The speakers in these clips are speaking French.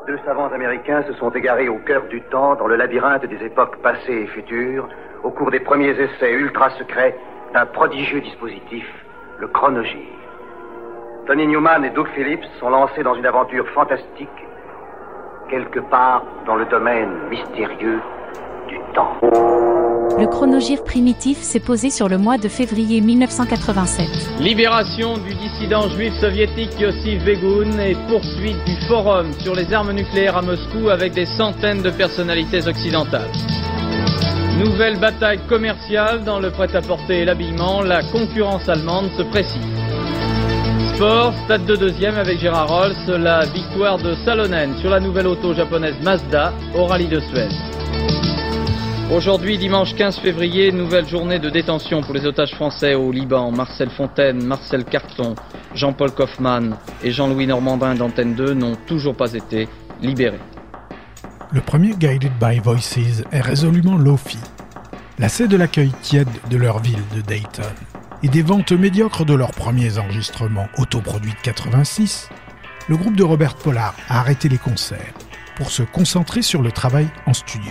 Deux savants américains se sont égarés au cœur du temps, dans le labyrinthe des époques passées et futures, au cours des premiers essais ultra secrets d'un prodigieux dispositif, le chronogire. Tony Newman et Doug Phillips sont lancés dans une aventure fantastique, quelque part dans le domaine mystérieux du temps. Le chronogire primitif s'est posé sur le mois de février 1987. Libération du dissident juif soviétique Yossif Begun et poursuite du forum sur les armes nucléaires à Moscou avec des centaines de personnalités occidentales. Nouvelle bataille commerciale dans le prêt-à-porter et l'habillement, la concurrence allemande se précise. Sport, stade de deuxième avec Gérard Rolls, la victoire de Salonen sur la nouvelle auto japonaise Mazda au rallye de Suède. Aujourd'hui, dimanche 15 février, nouvelle journée de détention pour les otages français au Liban. Marcel Fontaine, Marcel Carton, Jean-Paul Kaufmann et Jean-Louis Normandin d'Antenne 2 n'ont toujours pas été libérés. Le premier Guided by Voices est résolument lofi. Lassé de l'accueil tiède de leur ville de Dayton et des ventes médiocres de leurs premiers enregistrements autoproduits de 86, le groupe de Robert Pollard a arrêté les concerts pour se concentrer sur le travail en studio.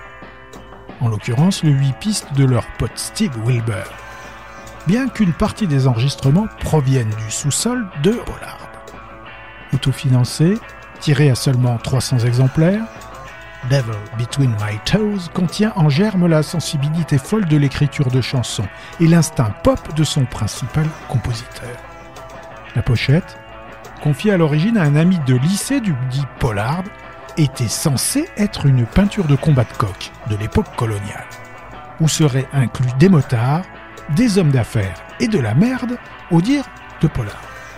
En l'occurrence, le 8 pistes de leur pote Steve Wilber, bien qu'une partie des enregistrements proviennent du sous-sol de Pollard. Autofinancé, tiré à seulement 300 exemplaires, Devil Between My Toes contient en germe la sensibilité folle de l'écriture de chansons et l'instinct pop de son principal compositeur. La pochette, confiée à l'origine à un ami de lycée du dit Pollard, était censée être une peinture de combat de coq de l'époque coloniale, où seraient inclus des motards, des hommes d'affaires et de la merde, au dire de Pollard.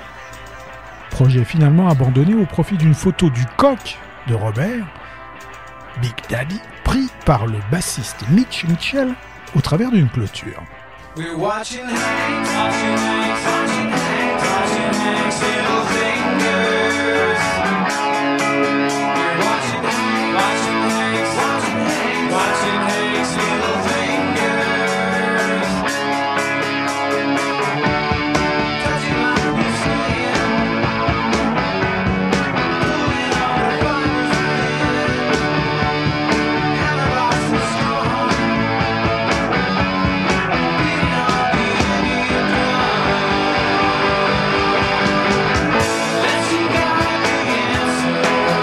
Projet finalement abandonné au profit d'une photo du coq de Robert, Big Daddy, pris par le bassiste Mitch Mitchell au travers d'une clôture. We're watching Hank, watching Hank, watching Hank, watching Hank's little fingers. We're watching Hank, watching Hank, watching Hank, watching Hank's little fingers. Touching my skin, pulling all the fibers within. And I lost the storm. Beating on the Indian drum. Let's see God the answers.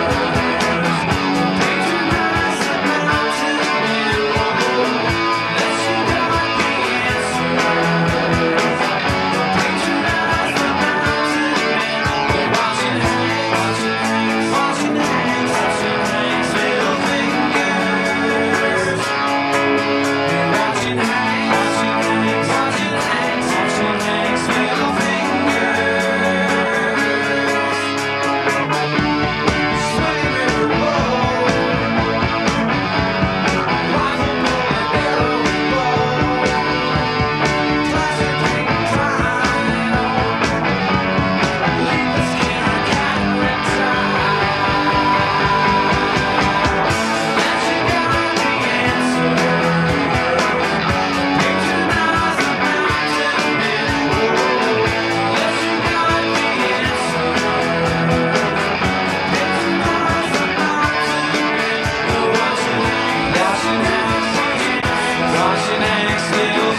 Patronize the mountain and whoa. Let's see God the answers. Patronize the mountain and whoa. Watching Hank, watching Hank, watching Hank, watching Hank's little fingers. Watching Hank, watching Hank, watching Hank, watching Hank's little fingers. Sweaty river road, rifle bullet arrow bow, classic tank trial, leave the skin on cat reptile. Let's see God the answer. Patronize the mountain and whoa. Let's see God the answer. Patronize the mountain and whoa. Watching Hank, watching Hank, watching Hank's little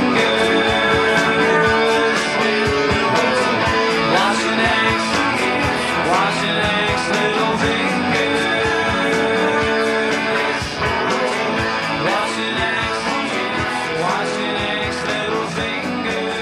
fingers. Watching Hank's, watching Hank's little fingers. Watching Hank's, watching Hank's little fingers.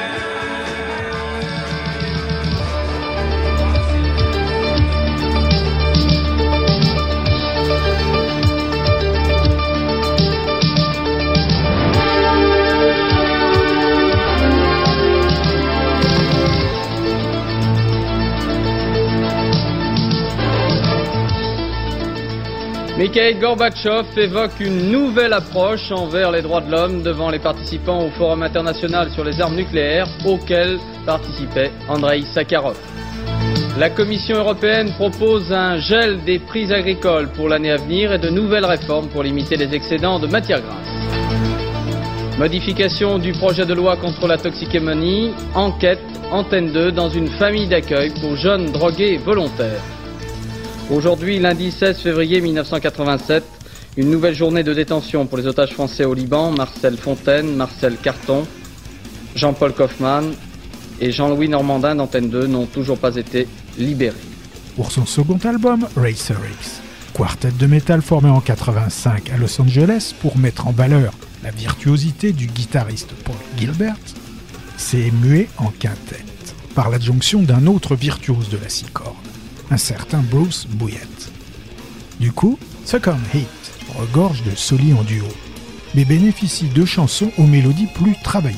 Mikhail Gorbatchev évoque une nouvelle approche envers les droits de l'homme devant les participants au Forum international sur les armes nucléaires auquel participait Andrei Sakharov. La Commission européenne propose un gel des prix agricoles pour l'année à venir et de nouvelles réformes pour limiter les excédents de matières grasses. Modification du projet de loi contre la toxicomanie, enquête Antenne 2 dans une famille d'accueil pour jeunes drogués volontaires. Aujourd'hui, lundi 16 février 1987, une nouvelle journée de détention pour les otages français au Liban, Marcel Fontaine, Marcel Carton, Jean-Paul Kaufmann et Jean-Louis Normandin d'Antenne 2 n'ont toujours pas été libérés. Pour son second album, Racer X, quartet de métal formé en 1985 à Los Angeles pour mettre en valeur la virtuosité du guitariste Paul Gilbert, s'est mué en quintette par l'adjonction d'un autre virtuose de la six cordes, un certain Bruce Bouillette. Du coup, Second Hit regorge de solis en duo, mais bénéficie de chansons aux mélodies plus travaillées.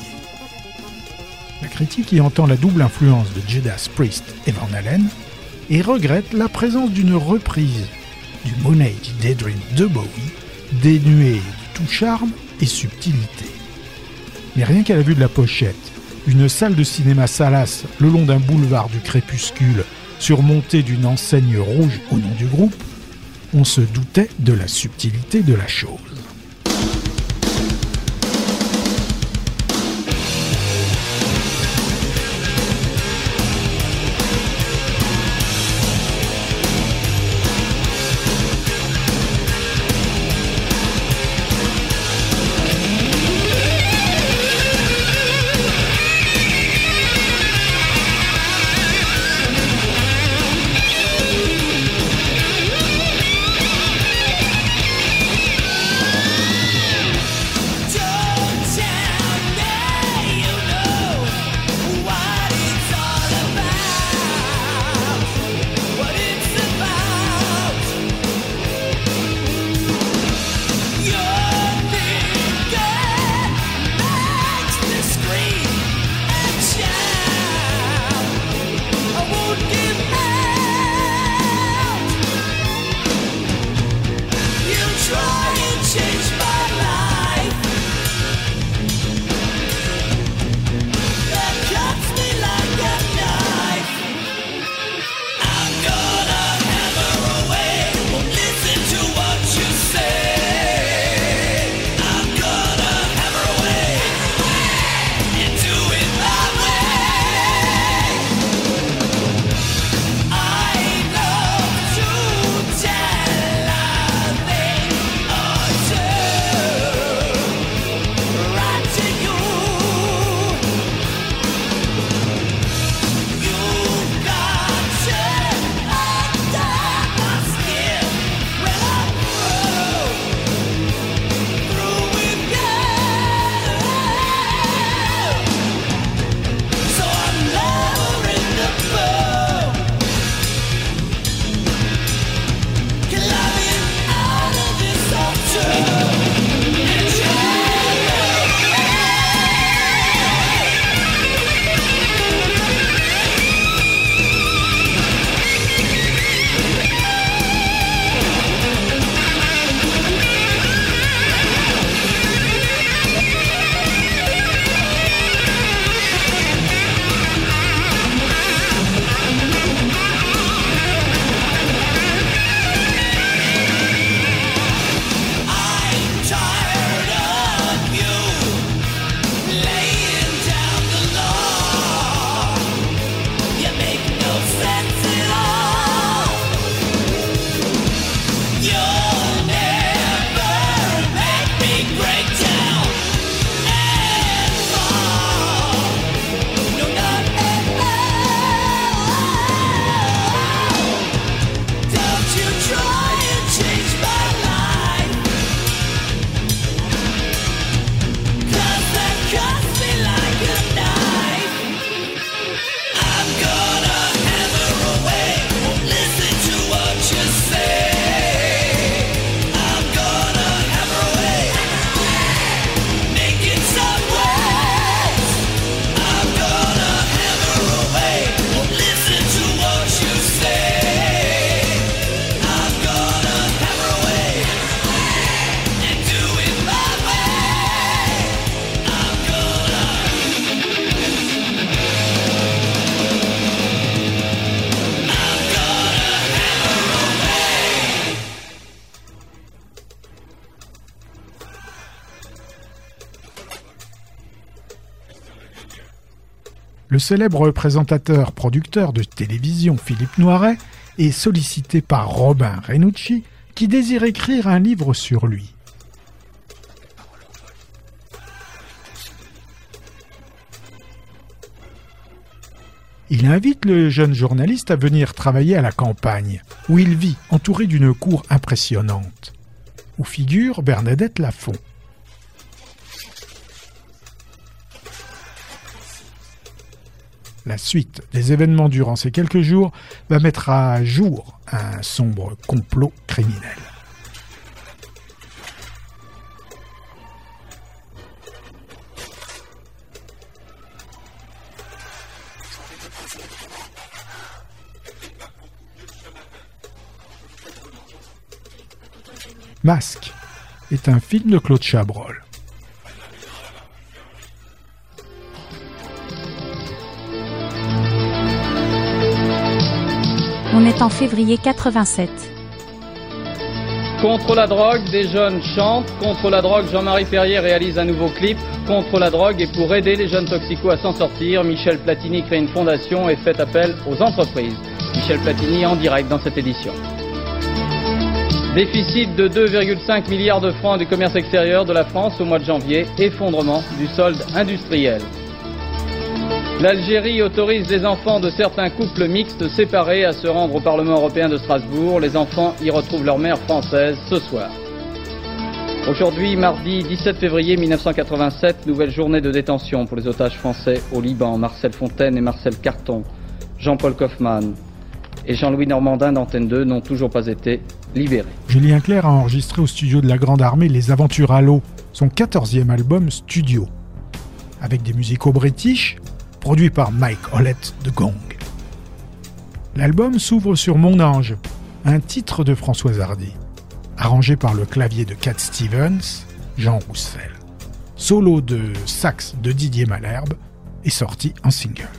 La critique y entend la double influence de Judas Priest et Van Halen et regrette la présence d'une reprise du Moon Age Daydream de Bowie, dénuée de tout charme et subtilité. Mais rien qu'à la vue de la pochette, une salle de cinéma salace le long d'un boulevard du crépuscule surmontée d'une enseigne rouge au nom du groupe, on se doutait de la subtilité de la chose. Le célèbre présentateur-producteur de télévision Philippe Noiret est sollicité par Robin Renucci qui désire écrire un livre sur lui. Il invite le jeune journaliste à venir travailler à la campagne, où il vit entouré d'une cour impressionnante, où figure Bernadette Lafont. La suite des événements durant ces quelques jours va mettre à jour un sombre complot criminel. Masque est un film de Claude Chabrol. On est en février 87. Contre la drogue, des jeunes chantent. Contre la drogue, Jean-Marie Perrier réalise un nouveau clip. Contre la drogue et pour aider les jeunes toxicos à s'en sortir, Michel Platini crée une fondation et fait appel aux entreprises. Michel Platini en direct dans cette édition. Déficit de 2,5 milliards de francs du commerce extérieur de la France au mois de janvier. Effondrement du solde industriel. L'Algérie autorise les enfants de certains couples mixtes séparés à se rendre au Parlement européen de Strasbourg. Les enfants y retrouvent leur mère française ce soir. Aujourd'hui, mardi 17 février 1987, nouvelle journée de détention pour les otages français au Liban. Marcel Fontaine et Marcel Carton, Jean-Paul Kaufmann et Jean-Louis Normandin d'Antenne 2 n'ont toujours pas été libérés. Julien Clerc a enregistré au studio de la Grande Armée Les Aventures à l'eau, son 14e album studio, avec des musicaux british, produit par Mike Hollett de Gong. L'album s'ouvre sur Mon Ange, un titre de Françoise Hardy, arrangé par le clavier de Cat Stevens, Jean Roussel. Solo de sax de Didier Malherbe est sorti en single.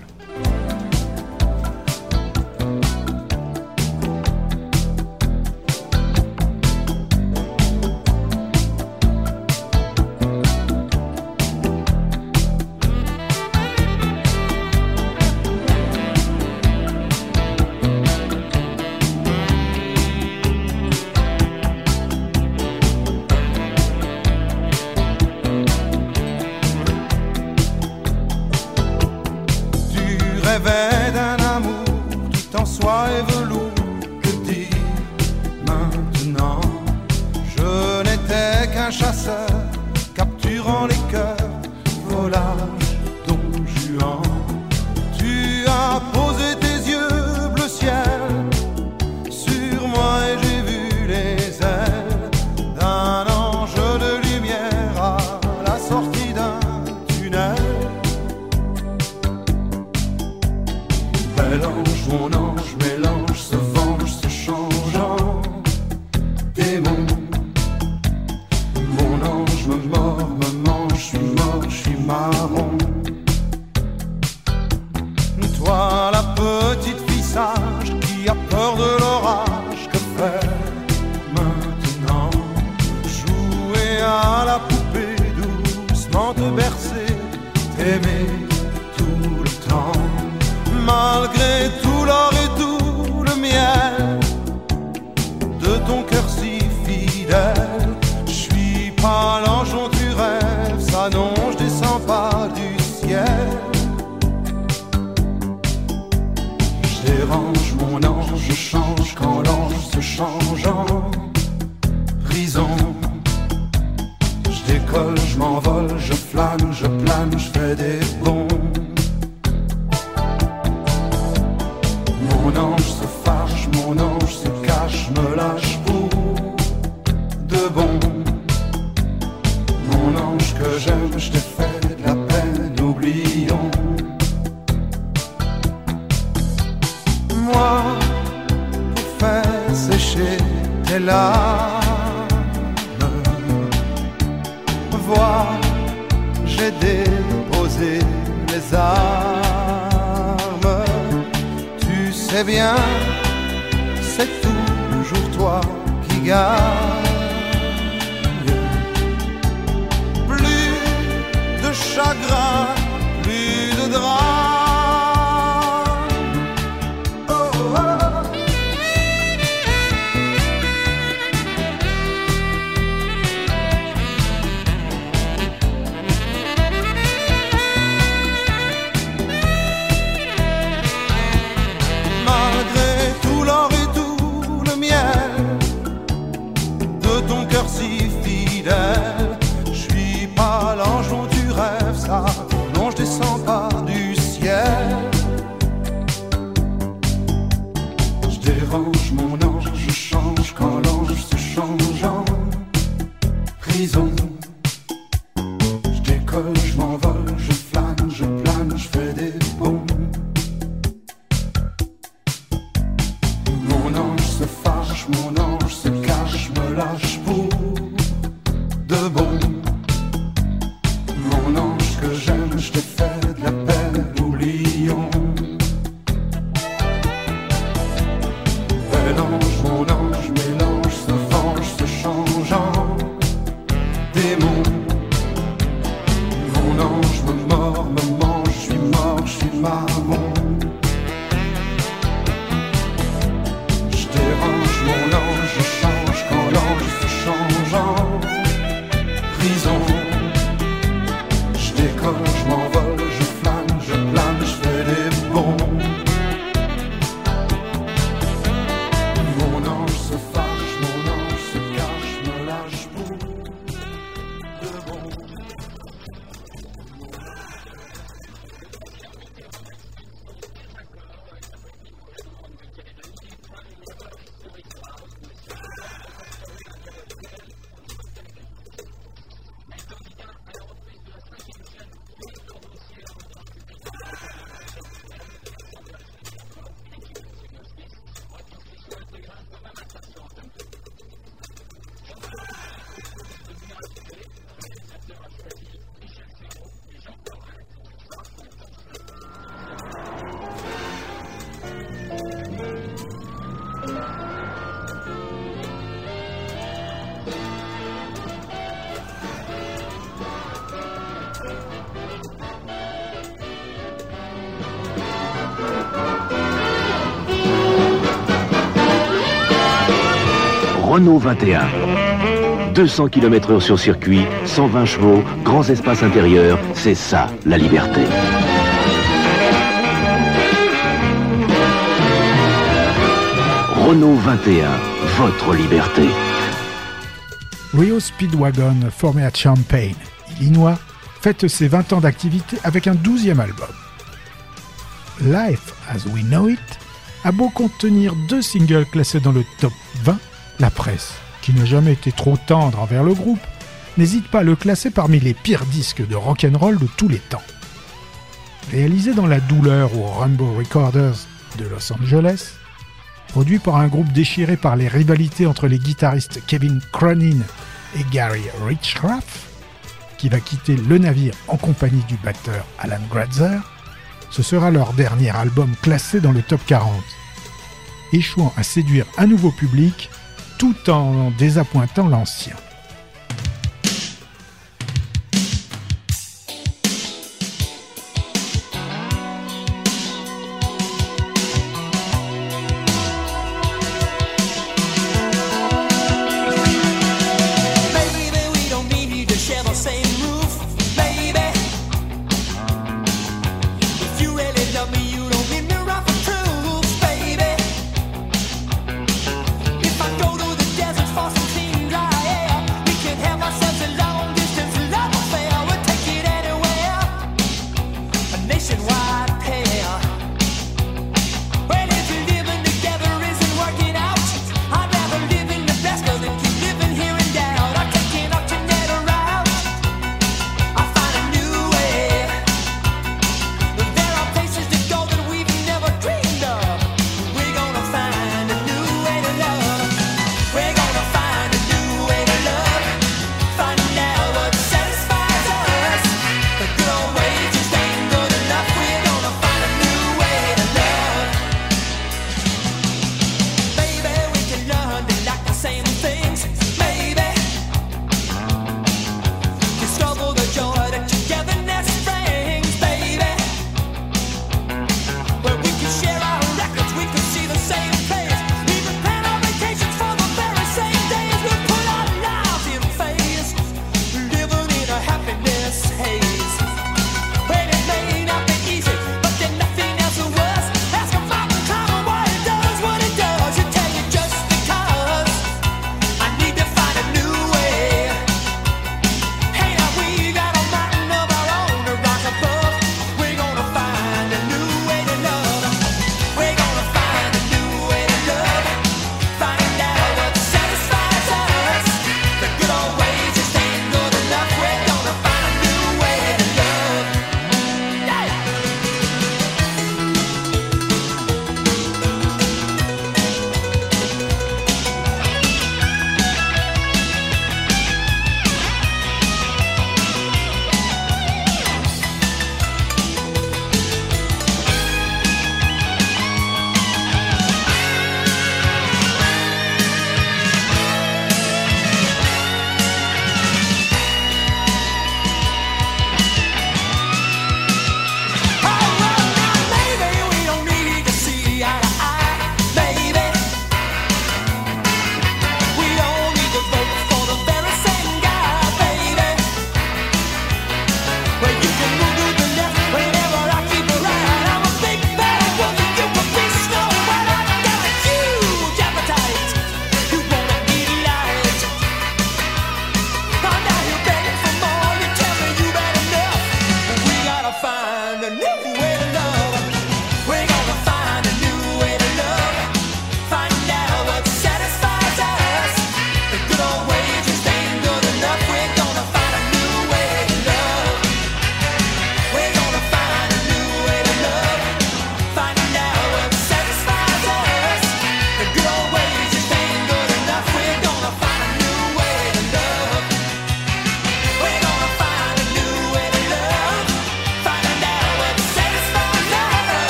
Rêvais d'un amour tout en soie et velours. Que dire maintenant? Je n'étais qu'un chasseur capturant les cœurs, volage, don Juan. Tu as posé tes yeux bleu ciel sur moi et j'ai vu les ailes d'un ange de lumière à la sortie d'un tunnel. Mélange, mon ange, mélange, se venge, se changeant. Démon, mon ange me mord, me mange, je suis mort, je suis marron. Toi, la petite fille sage qui a peur de l'orage, que faire maintenant? Jouer à la poupée, doucement te bercer, t'aimer tout le temps. Malgré tout l'or et tout le miel de ton cœur si fidèle, je suis pas l'ange dont tu rêves, ça non, je descends pas du ciel. Je dérange mon ange, je change quand l'ange se change en prison. Je décolle, je m'envole, je flâne, je plane, je fais des bonds. Mon ange se fâche, mon ange se cache, me lâche pour de bon. Mon ange que j'aime, je t'ai fait de la peine, oublions. Moi, pour faire sécher tes larmes, vois, j'ai déposé les armes. C'est bien, c'est toujours toi qui gagne. Plus de chagrin, plus de drame. Oh, oh. lâche pour de bon. Mon ange que j'aime, je t'ai fait de la peine, oublions. Bel ange, mon ange, mélange, se venge, se changeant. Démon, mon ange me mord, me mange, je suis mort, je suis marron. Je dérange mon ange, je change quand l'ange se change en prison. Je décolle, je m'envole, je flâne, je plane, je fais des bons. Mon ange se fâche, mon ange se cache, me lâche pour de bon. Renault 21. 200 km/h sur circuit, 120 chevaux, grands espaces intérieurs, c'est ça, la liberté. Renault 21, votre liberté. Rio Speedwagon, formé à Champaign, Illinois, fête ses 20 ans d'activité avec un 12e album. Life as We Know It a beau contenir 2 singles classés dans le top 20, la presse, qui n'a jamais été trop tendre envers le groupe, n'hésite pas à le classer parmi les pires disques de rock'n'roll de tous les temps. Réalisé dans la douleur au Rainbow Recorders de Los Angeles, produit par un groupe déchiré par les rivalités entre les guitaristes Kevin Cronin et Gary Richrath, qui va quitter le navire en compagnie du batteur Alan Gratzer, ce sera leur dernier album classé dans le top 40, échouant à séduire un nouveau public tout en désappointant l'ancien. If I go to the desert for some clean dry air,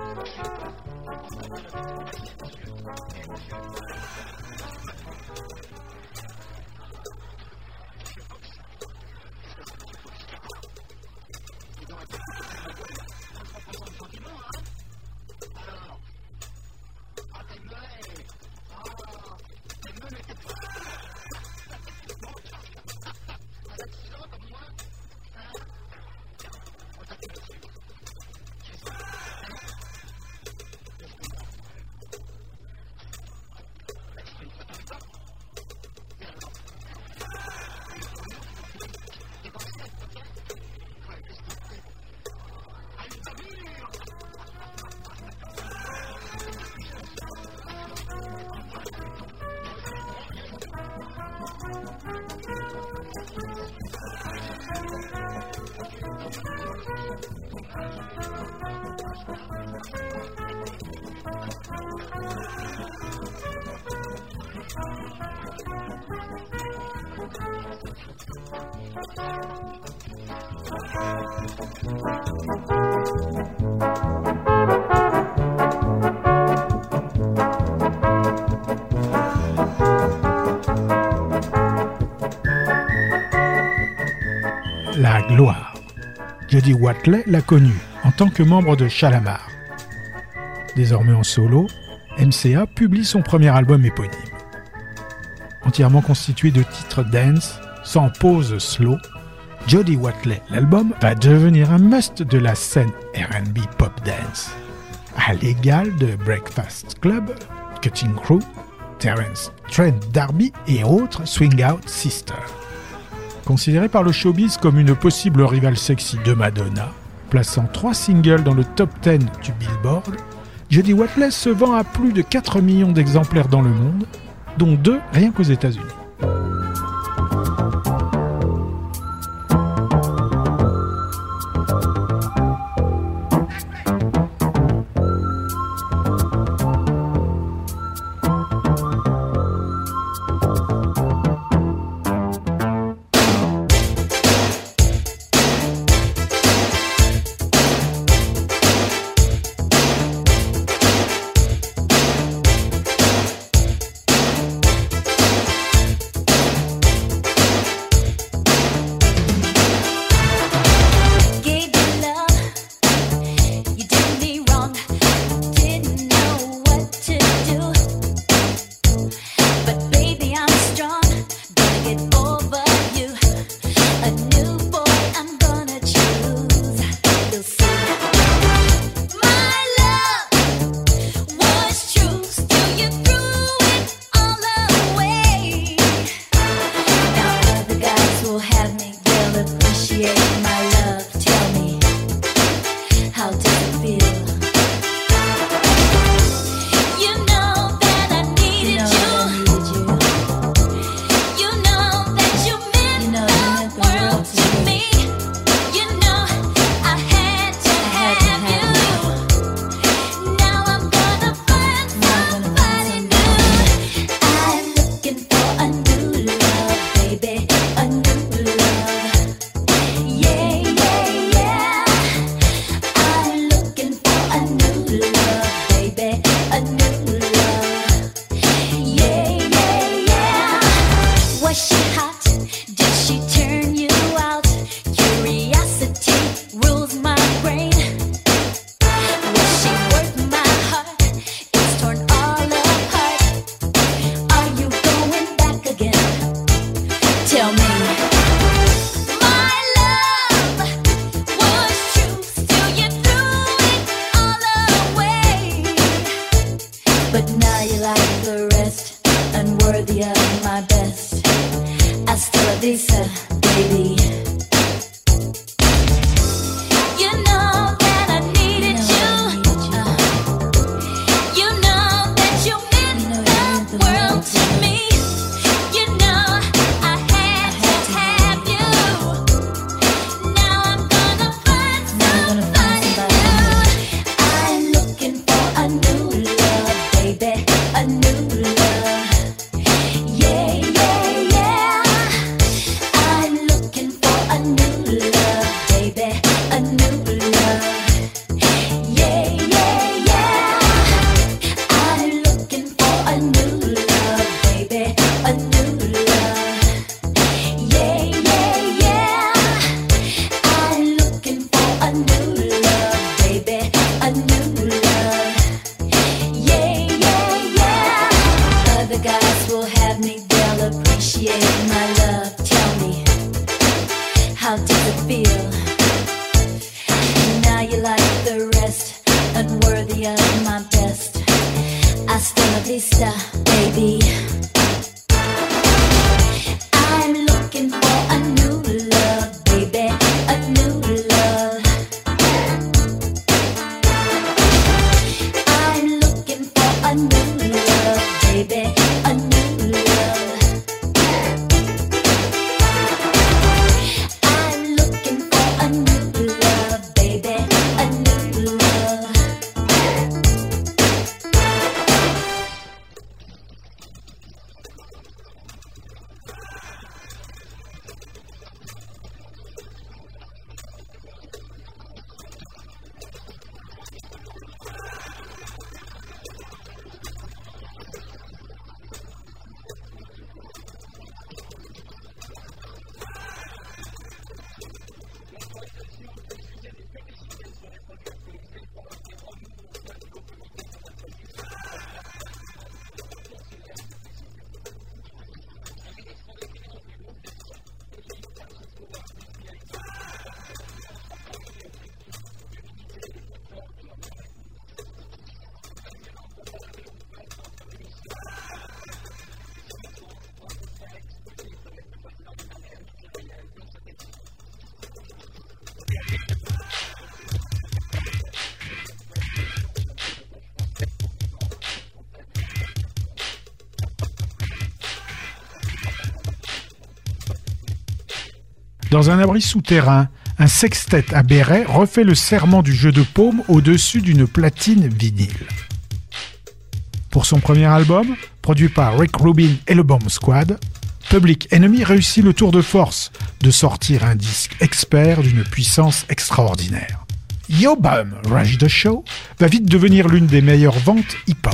La gloire. Jody Watley l'a connue en tant que membre de Shalamar. Désormais en solo, MCA publie son premier album éponyme. Entièrement constitué de titres dance, sans pause slow, Jody Watley, l'album, va devenir un must de la scène R&B pop dance, à l'égal de Breakfast Club, Cutting Crew, Terence Trent D'Arby et autres Swing Out Sisters. Considéré par le showbiz comme une possible rivale sexy de Madonna, plaçant 3 singles dans le top 10 du Billboard, Jody Watley se vend à plus de 4 millions d'exemplaires dans le monde, dont 2 rien qu'aux États-Unis. my best. Hasta la vista, baby. I'm looking for a new love, baby, a new love. I'm looking for a new love, baby, a new love. I'm looking for a new love, baby, a new love. Dans un abri souterrain, un sextet à béret refait le serment du jeu de paume au-dessus d'une platine vinyle. Pour son premier album, produit par Rick Rubin et le Bomb Squad, Public Enemy réussit le tour de force de sortir un disque expert d'une puissance extraordinaire. Yo Bum, Rush the Show va vite devenir l'une des meilleures ventes hip-hop.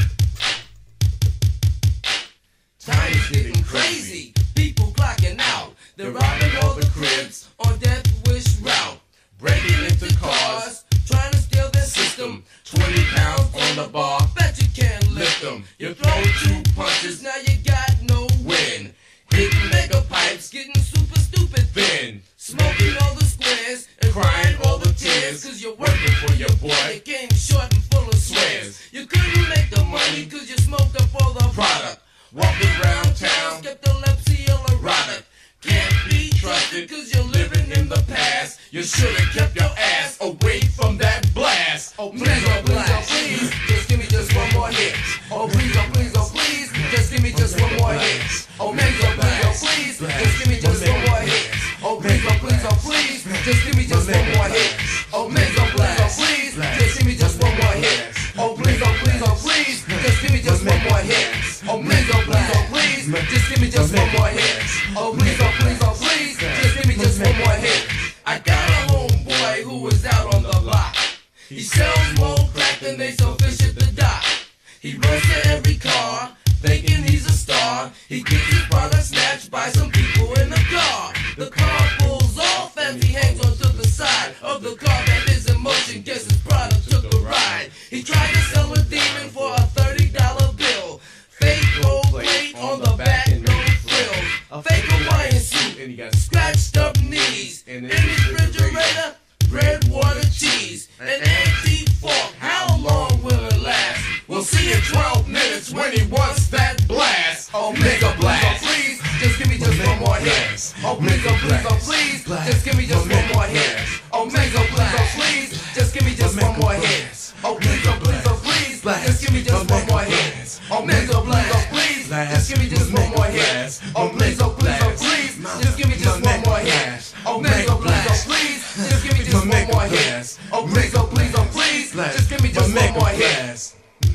They're robbing all the cribs on Death Wish route, breaking into cars, trying to steal their system. 20 pounds on the bar, bet you can't lift them. You throw 2 punches, now you got no win. Hitting mega pipes, getting super stupid thin. Smoking all the squares and crying all the tears, cause you're working for your boy, your game short and full of swears. You couldn't make the money cause you smoked up all the product. Walking around town, skeptilepsy or erotic. Can't be trusted cause you're living in the past. You should've kept your ass away from that blast. Oh please, oh please, oh please, just give me just one more hit. Oh please, oh please, oh please, just give me just one more hit. Oh please, oh please, oh please, just give me just one more hit. Oh please, oh please, oh please, just give me just one more hit. Oh please, oh please, oh please, just give me just one more hit. Oh please, oh please, oh please, just give me just one more hit. Oh please, oh please, oh please, just give me just one more hit. Oh please, oh please, oh please, just give me just one more hit. I got a homeboy who is out on the block. He sells more crack than they sell fish at the dock. He runs to every car, thinking he's a star. He gets his product snatched by some people in the car. The car pulls off as he hangs onto the side of the car that is in motion. Guess his product took a ride. He tried to sell a demon for a $30 bill. Fake gold plate on the back, no frills. A fake Hawaiian suit, and he got scratched up knees. In his refrigerator, bread, water, cheese. An antique fork, how long will it last? We'll see in 12 minutes when he wants that blast. Oh, mega blast. Oh, please, just give me just one more hit. Oh, please, oh, please, oh, please, just give me just one more hit. Oh, mega blast. Oh, please, just give me just one more hit. Oh, please, oh, please, oh, please, just give me just one more hit. Oh, mega blast. Oh, please, just give me just one more hit. Oh, please, oh, please, oh, please, just give me just one more hit. Oh, mega blast. Oh, please, just give me just one more hit. Oh, please, oh, please, oh, please, just give me just one more hit.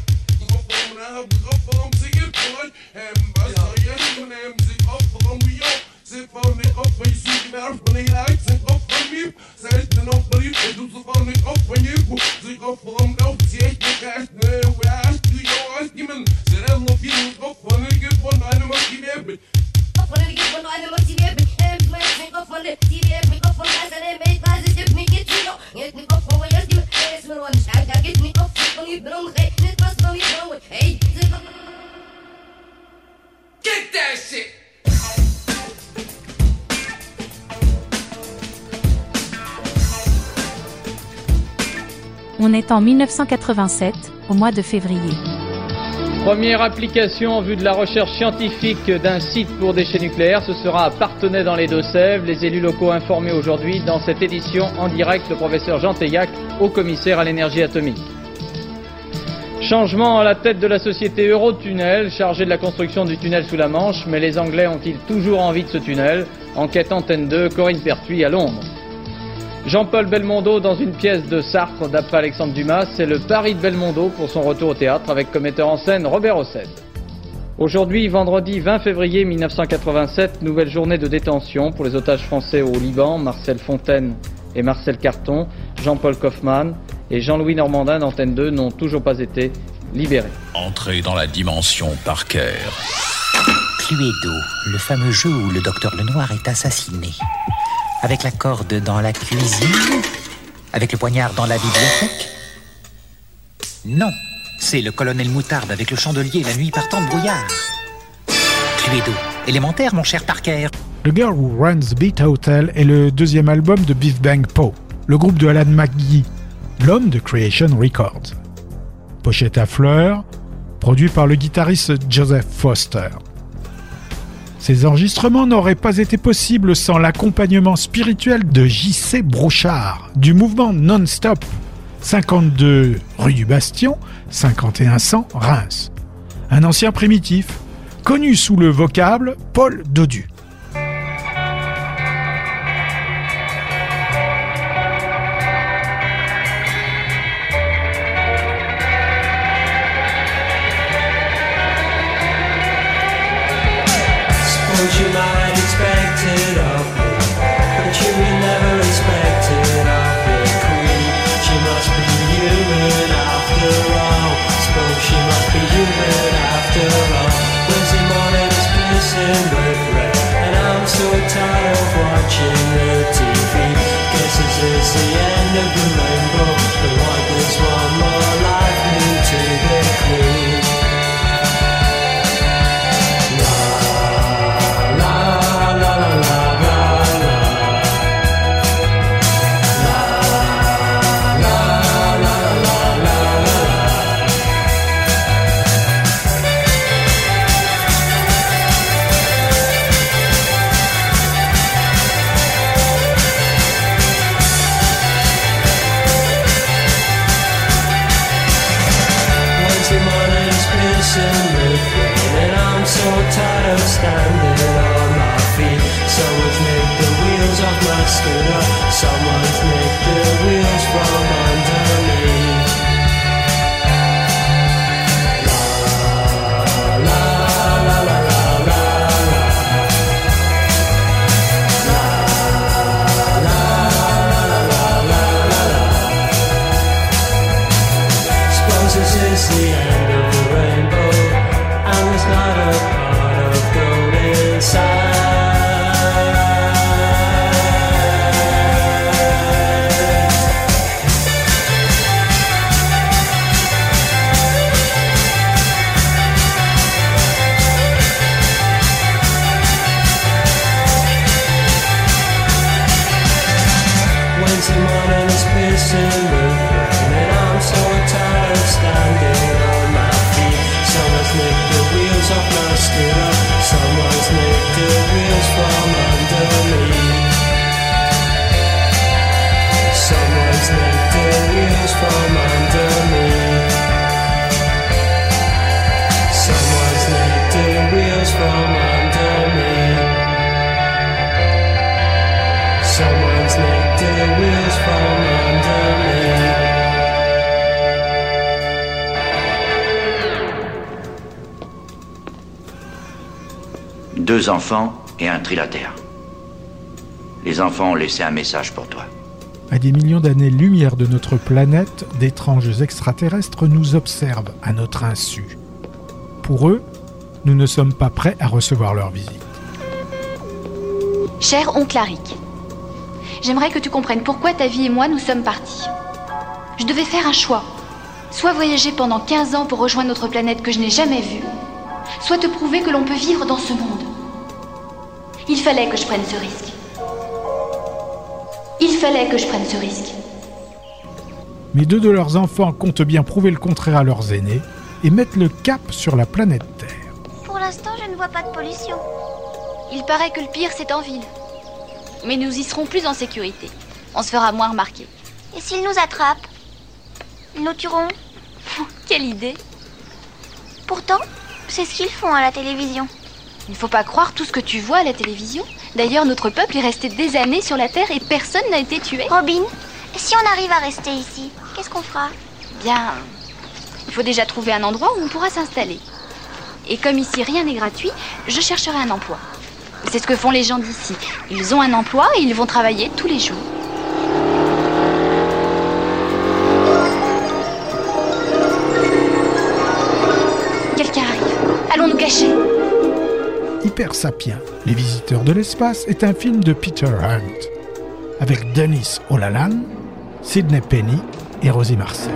Get that shit! On est en 1987, au mois de février. Première application en vue de la recherche scientifique d'un site pour déchets nucléaires, ce sera à Parthenay dans les Deux-Sèvres. Les élus locaux informés aujourd'hui dans cette édition en direct, le professeur Jean Teillac, haut commissaire à l'énergie atomique. Changement à la tête de la société Eurotunnel, chargée de la construction du tunnel sous la Manche, mais les Anglais ont-ils toujours envie de ce tunnel? Enquête Antenne 2, Corinne Pertuis à Londres. Jean-Paul Belmondo dans une pièce de Sartre d'après Alexandre Dumas, c'est le pari de Belmondo pour son retour au théâtre avec comme metteur en scène Robert Hossein. Aujourd'hui, vendredi 20 février 1987, nouvelle journée de détention pour les otages français au Liban, Marcel Fontaine et Marcel Carton, Jean-Paul Kaufmann et Jean-Louis Normandin d'Antenne 2 n'ont toujours pas été libérés. Entrez dans la dimension Parker. Cluedo, le fameux jeu où le docteur Lenoir est assassiné. Avec la corde dans la cuisine? Avec le poignard dans la bibliothèque? Non, c'est le colonel Moutarde avec le chandelier la nuit partant de brouillard. Cluedo, élémentaire mon cher Parker. The Girl Who Runs Beat Hotel est le deuxième album de Biff Bang Poe, le groupe de Alan McGee, l'homme de Creation Records. Pochette à fleurs, produit par le guitariste Joseph Foster. Ces enregistrements n'auraient pas été possibles sans l'accompagnement spirituel de J.C. Brouchard, du mouvement Non-Stop, 52 rue du Bastion, 5100 Reims. Un ancien primitif, connu sous le vocable Paul Dodu. You might expect it of me, but you will never expect it of the queen. She must be human after all. Suppose she must be human after all. Wednesday morning is pissing with rain, and I'm so tired of watching the TV. Guess this is the end of the rainbow, but want this one more life new to the queen. So tired of standing on my feet. Someone's nicked the wheels off my scooter. Someone's nicked the wheels from under me. La la la la la la la. La la la la la la la. Suppose this is the end of the rainbow, and there's not a pot of gold inside. Wednesday morning is pissing with rain, and I'm so tired of standing on my feet. Someone's nicked the wheels off my scooter. Someone's nicked the wheels from under me. Someone's nicked the wheels from under me. Someone's nicked the wheels from under me. Someone's nicked the wheels from under me. Deux enfants et un trilatère. Les enfants ont laissé un message pour toi. À des millions d'années-lumière de notre planète, d'étranges extraterrestres nous observent à notre insu. Pour eux, nous ne sommes pas prêts à recevoir leur visite. Cher oncle Arik, j'aimerais que tu comprennes pourquoi ta vie et moi nous sommes partis. Je devais faire un choix. Soit voyager pendant 15 ans pour rejoindre notre planète que je n'ai jamais vue, soit te prouver que l'on peut vivre dans ce monde. Il fallait que je prenne ce risque. Il fallait que je prenne ce risque. Mais 2 de leurs enfants comptent bien prouver le contraire à leurs aînés et mettent le cap sur la planète Terre. Pour l'instant, je ne vois pas de pollution. Il paraît que le pire, c'est en ville. Mais nous y serons plus en sécurité. On se fera moins remarquer. Et s'ils nous attrapent? Ils nous tueront? Quelle idée! Pourtant, c'est ce qu'ils font à la télévision. Il ne faut pas croire tout ce que tu vois à la télévision. D'ailleurs, notre peuple est resté des années sur la Terre et personne n'a été tué. Robin, si on arrive à rester ici, qu'est-ce qu'on fera? Bien, il faut déjà trouver un endroit où on pourra s'installer. Et comme ici rien n'est gratuit, je chercherai un emploi. C'est ce que font les gens d'ici. Ils ont un emploi et ils vont travailler tous les jours. Quelqu'un arrive. Allons nous cacher. Hyper Sapiens, les visiteurs de l'espace est un film de Peter Hunt avec Dennis O'Halloran, Sidney Penny et Rosie Marcel.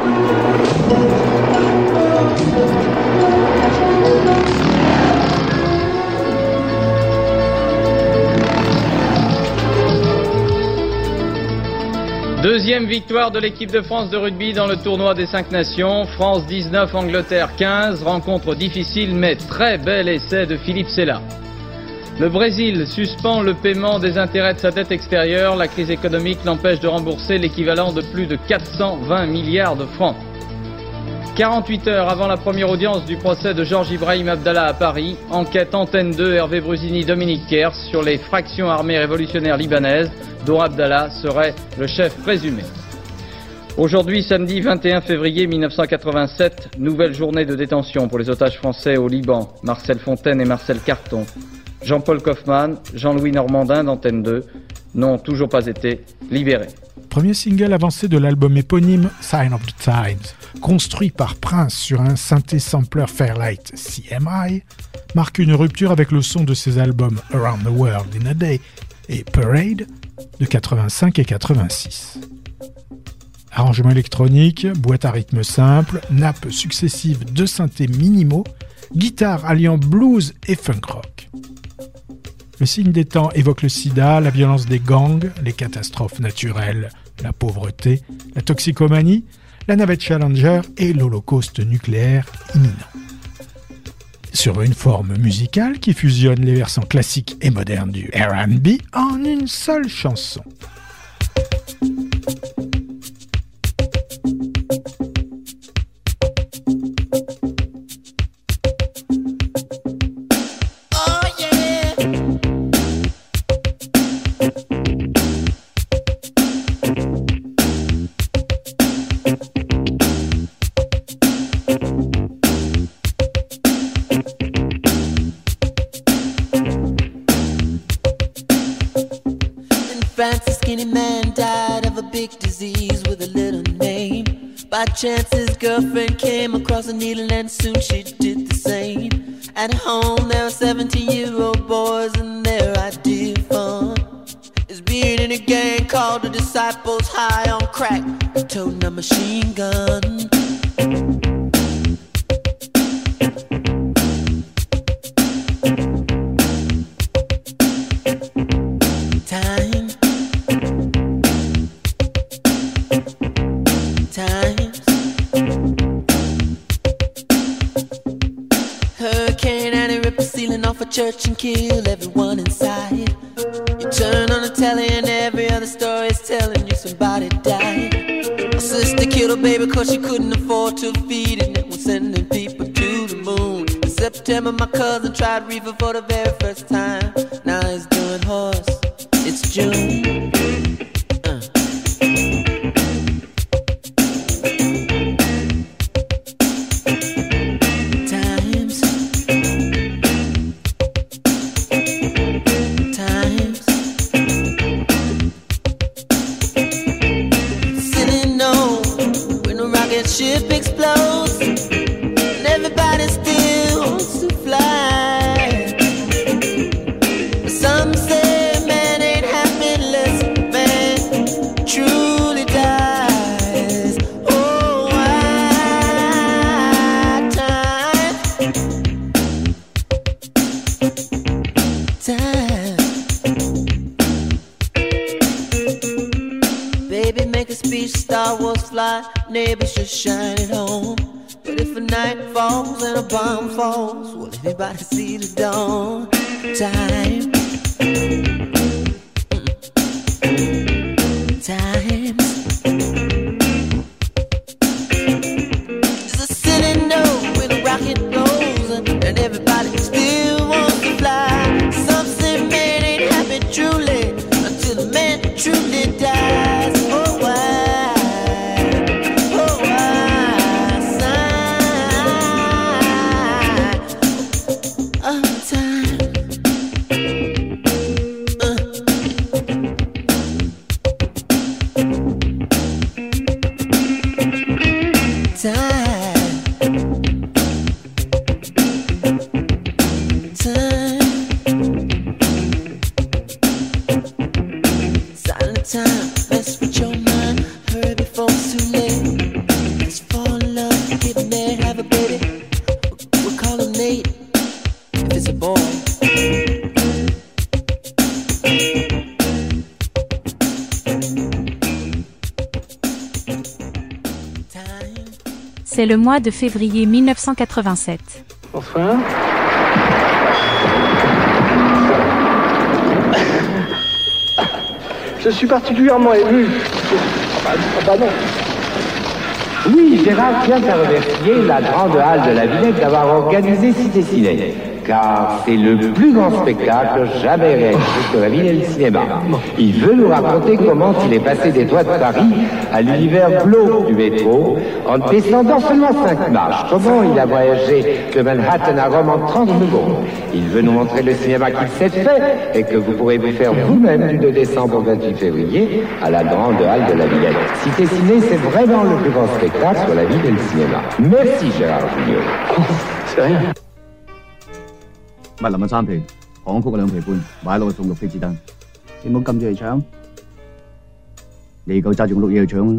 Deuxième victoire de l'équipe de France de rugby dans le tournoi des 5 nations. France 19, Angleterre 15. Rencontre difficile mais très bel essai de Philippe Sella. Le Brésil suspend le paiement des intérêts de sa dette extérieure. La crise économique l'empêche de rembourser l'équivalent de plus de 420 milliards de francs. 48 heures avant la première audience du procès de Georges Ibrahim Abdallah à Paris, enquête Antenne 2, Hervé Brusini, Dominique Kers sur les fractions armées révolutionnaires libanaises dont Abdallah serait le chef présumé. Aujourd'hui, samedi 21 février 1987, nouvelle journée de détention pour les otages français au Liban, Marcel Fontaine et Marcel Carton. Jean-Paul Kaufmann, Jean-Louis Normandin d'Antenne 2 n'ont toujours pas été libérés. Premier single avancé de l'album éponyme Sign of the Times, construit par Prince sur un synthé-sampler Fairlight CMI, marque une rupture avec le son de ses albums Around the World in a Day et Parade de 85 et 86. Arrangement électronique, boîte à rythme simple, nappes successives de synthés minimaux, guitare alliant blues et funk rock. Le signe des temps évoque le sida, la violence des gangs, les catastrophes naturelles, la pauvreté, la toxicomanie, la navette Challenger et l'holocauste nucléaire imminent. Sur une forme musicale qui fusionne les versants classiques et modernes du R&B en une seule chanson. By chance his girlfriend came across a needle and soon she did the same. At home there were 17-year-old boys and their idea of fun is being in a gang called the Disciples, high on crack, toting a machine gun. Church and kill everyone inside. You turn on the telly and every other story is telling you somebody died. My sister killed her baby cause she couldn't afford to feed it, and was sending people to the moon. In September my cousin tried reefer for the very first time. Now he's doing horse. It's June. Ship explodes and everybody still wants to fly. But some say man ain't happy unless man truly dies. Oh, time. Baby, make a speech, Star Wars. fly, neighbors just shine it home. But if a night falls and a bomb falls, will anybody see the dawn? Time. Time. There's a silly note when a rocket goes, and everybody still wants to fly. Some say man ain't happy truly until the man truly dies. Oh why? Oh why? Sign of time. Time, mess with your mind. Hurry before it's too late. Let's fall in love, get married, have a baby. We'll call him Nate if it's a boy. C'est le mois de février 1987. Bonsoir. Je suis particulièrement ému. Bah non. Oui, Gérard tient à remercier la grande halle de la Villette d'avoir organisé Cité Ciné, car c'est le plus grand spectacle jamais réalisé sur la ville et le cinéma. Il veut nous raconter comment il est passé des toits de Paris à l'univers glauque du métro en descendant seulement 5 marches. Comment il a voyagé de Manhattan à Rome en 30 secondes. Il veut nous montrer le cinéma qu'il sait faire et que vous pourrez vous faire vous-même du 2 décembre au 28 février à la grande halle de la Villette. Cité Ciné, c'est vraiment le plus grand spectacle sur la ville et le cinéma. Merci Gérard Junior. C'est rien. 麥林嘅3皮，港曲嘅2皮半，買落去送6飛子彈。你唔好撳住嚟搶，你夠揸住個碌嘢去搶啊！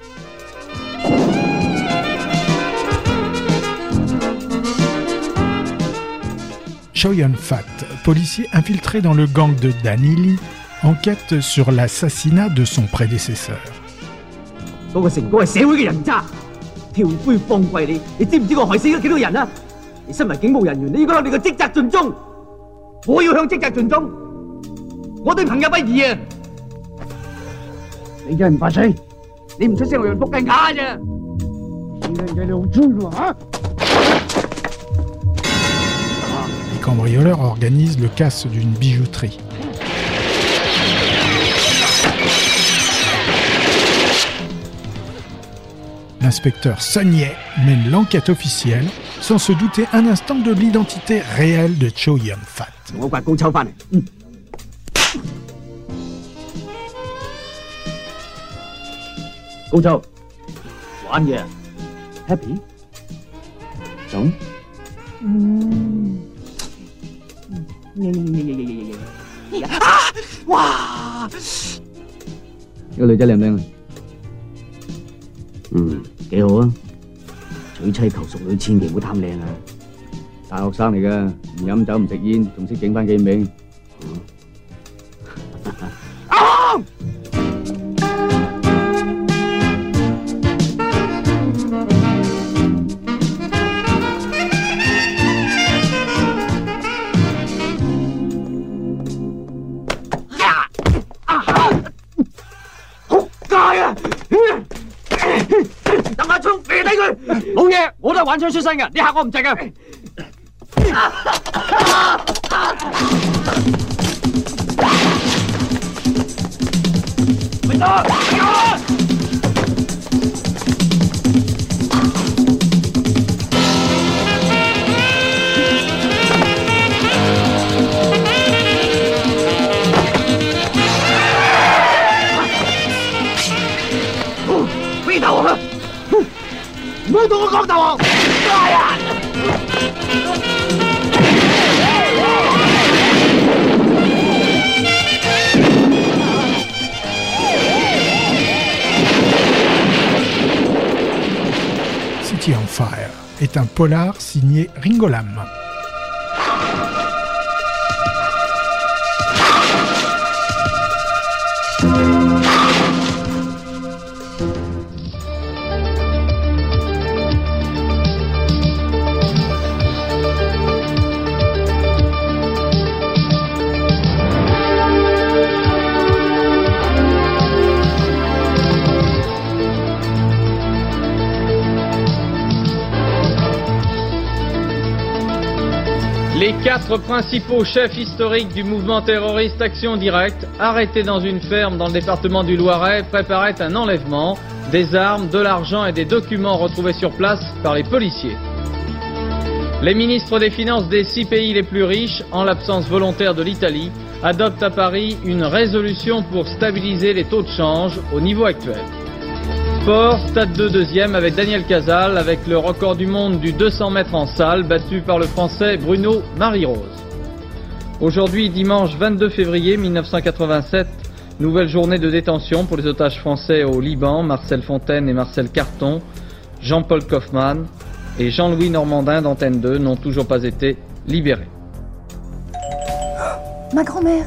Chow Yun-fat, policier infiltré dans le gang de Danny Lee, enquête sur l'assassinat de son prédécesseur. 嗰個成哥係社會嘅人渣，跳灰放貴你，你知唔知我害死咗幾多人啊？你身為警務人員，你應該向你嘅職責盡忠。我要向職責盡忠，我對朋友不義啊！你真係唔怕死，你唔出聲，我用仆街假啫！你好豬喎嚇！ Les cambrioleurs organisent le casse d'une bijouterie. L'inspecteur Sunye mène l'enquête officielle sans se douter un instant de l'identité réelle de Chow Yun-fat. 我刮高抽翻嚟。高抽，玩嘢 ，happy， 總， 哇！ 呢個女仔靚唔靚啊？幾好啊！娶妻求淑女，千祈唔好貪靚啊！大學生嚟噶，唔飲酒唔食煙，仲識整翻幾名。 等下衝射低佢！老嘢，我都係玩槍出身㗎，你嚇我唔值啊！咪得！飛頭啊！唔好同我講大王！哎呀！ City on Fire est un polar signé Ringo Lam. Les 4 principaux chefs historiques du mouvement terroriste Action Directe, arrêtés dans une ferme dans le département du Loiret, préparaient un enlèvement, des armes, de l'argent et des documents retrouvés sur place par les policiers. Les ministres des Finances des 6 pays les plus riches, en l'absence volontaire de l'Italie, adoptent à Paris une résolution pour stabiliser les taux de change au niveau actuel. Sport, Stade 2 deuxième avec Daniel Casal, avec le record du monde du 200 mètres en salle, battu par le Français Bruno Marie-Rose. Aujourd'hui, dimanche 22 février 1987, nouvelle journée de détention pour les otages français au Liban, Marcel Fontaine et Marcel Carton, Jean-Paul Kaufmann et Jean-Louis Normandin d'Antenne 2 n'ont toujours pas été libérés. Ma grand-mère.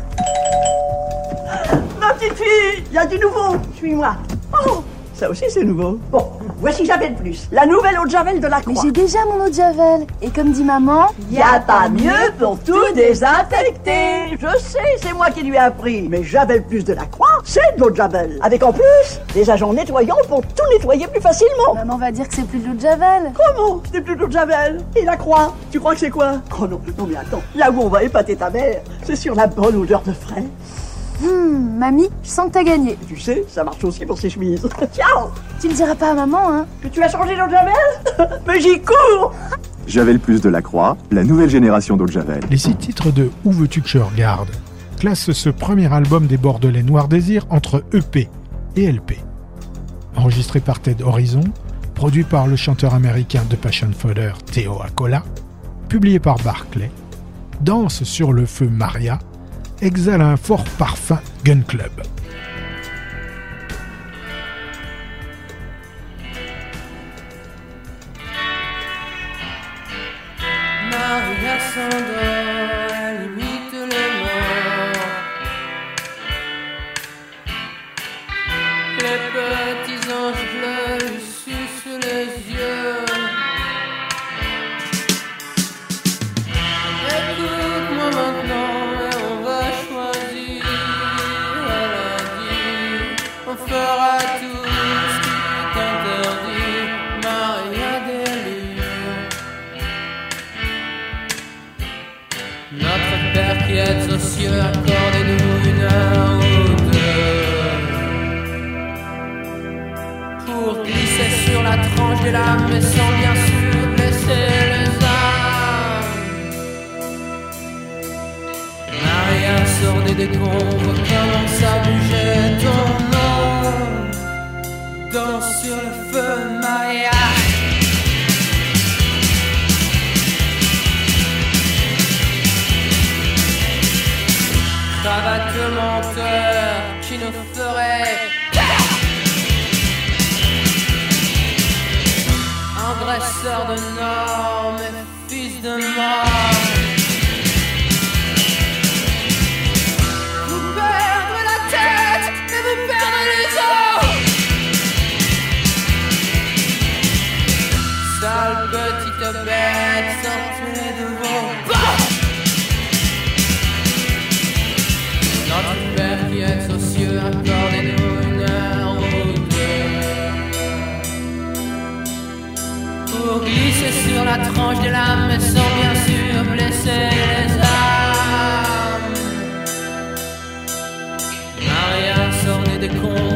Ma petite fille, il y a du nouveau. Suis-moi. Oh, ça aussi c'est nouveau. Bon, voici Javel Plus, la nouvelle eau de Javel de la Croix. Mais j'ai déjà mon eau de Javel. Et comme dit maman, y a pas mieux pour tout désinfecter. Je sais, c'est moi qui lui ai appris. Mais Javel Plus de la Croix, c'est de l'eau de Javel. Avec en plus des agents nettoyants pour tout nettoyer plus facilement. Maman va dire que c'est plus de l'eau de Javel. Comment? C'est plus de l'eau de Javel. Et la Croix, tu crois que c'est quoi? Oh non, non mais attends, là où on va épater ta mère, c'est sur la bonne odeur de frais. Mamie, je sens que t'as gagné. Tu sais, ça marche aussi pour ses chemises. Ciao. Tu le diras pas à maman, hein? Que tu as changé d'eau de Javel? Mais j'y cours. Javel Plus de la Croix, la nouvelle génération d'eau de Javel. Les 6 titres de Où veux-tu que je regarde classent ce premier album des Bordelais Noir Désir entre EP et LP. Enregistré par Ted Horizon, produit par le chanteur américain de Passion Fodder Theo Acola, publié par Barclay, Danse sur le feu Maria, exhale un fort parfum Gun Club. Maria s'endort, elle imite les morts. Les petits anges bleus lui sucent les yeux. Écoute-moi maintenant et on va choisir. Elle a dit, on fera tout ce qui est interdit. Maria délire. Notre Père qui est aux cieux, accordez-nous une heure ou deux pour glisser sur la tranche de l'âme, mais sans bien sûr blesser les âmes. Maria sort des décombres, commence à bouger ton nom. Danse sur le feu, Maria. Cravate menteur qui nous ferait agresseur de normes et fils de mort. Vous perdez la tête et vous perdez les os. Sale petite bête, sortez de vos pas. Notre Père qui est aux cieux, accordez-nous une heure ou deux pour glisser sur la tranche de l'âme, mais sans bien sûr blesser les âmes. Maria sort des décombres.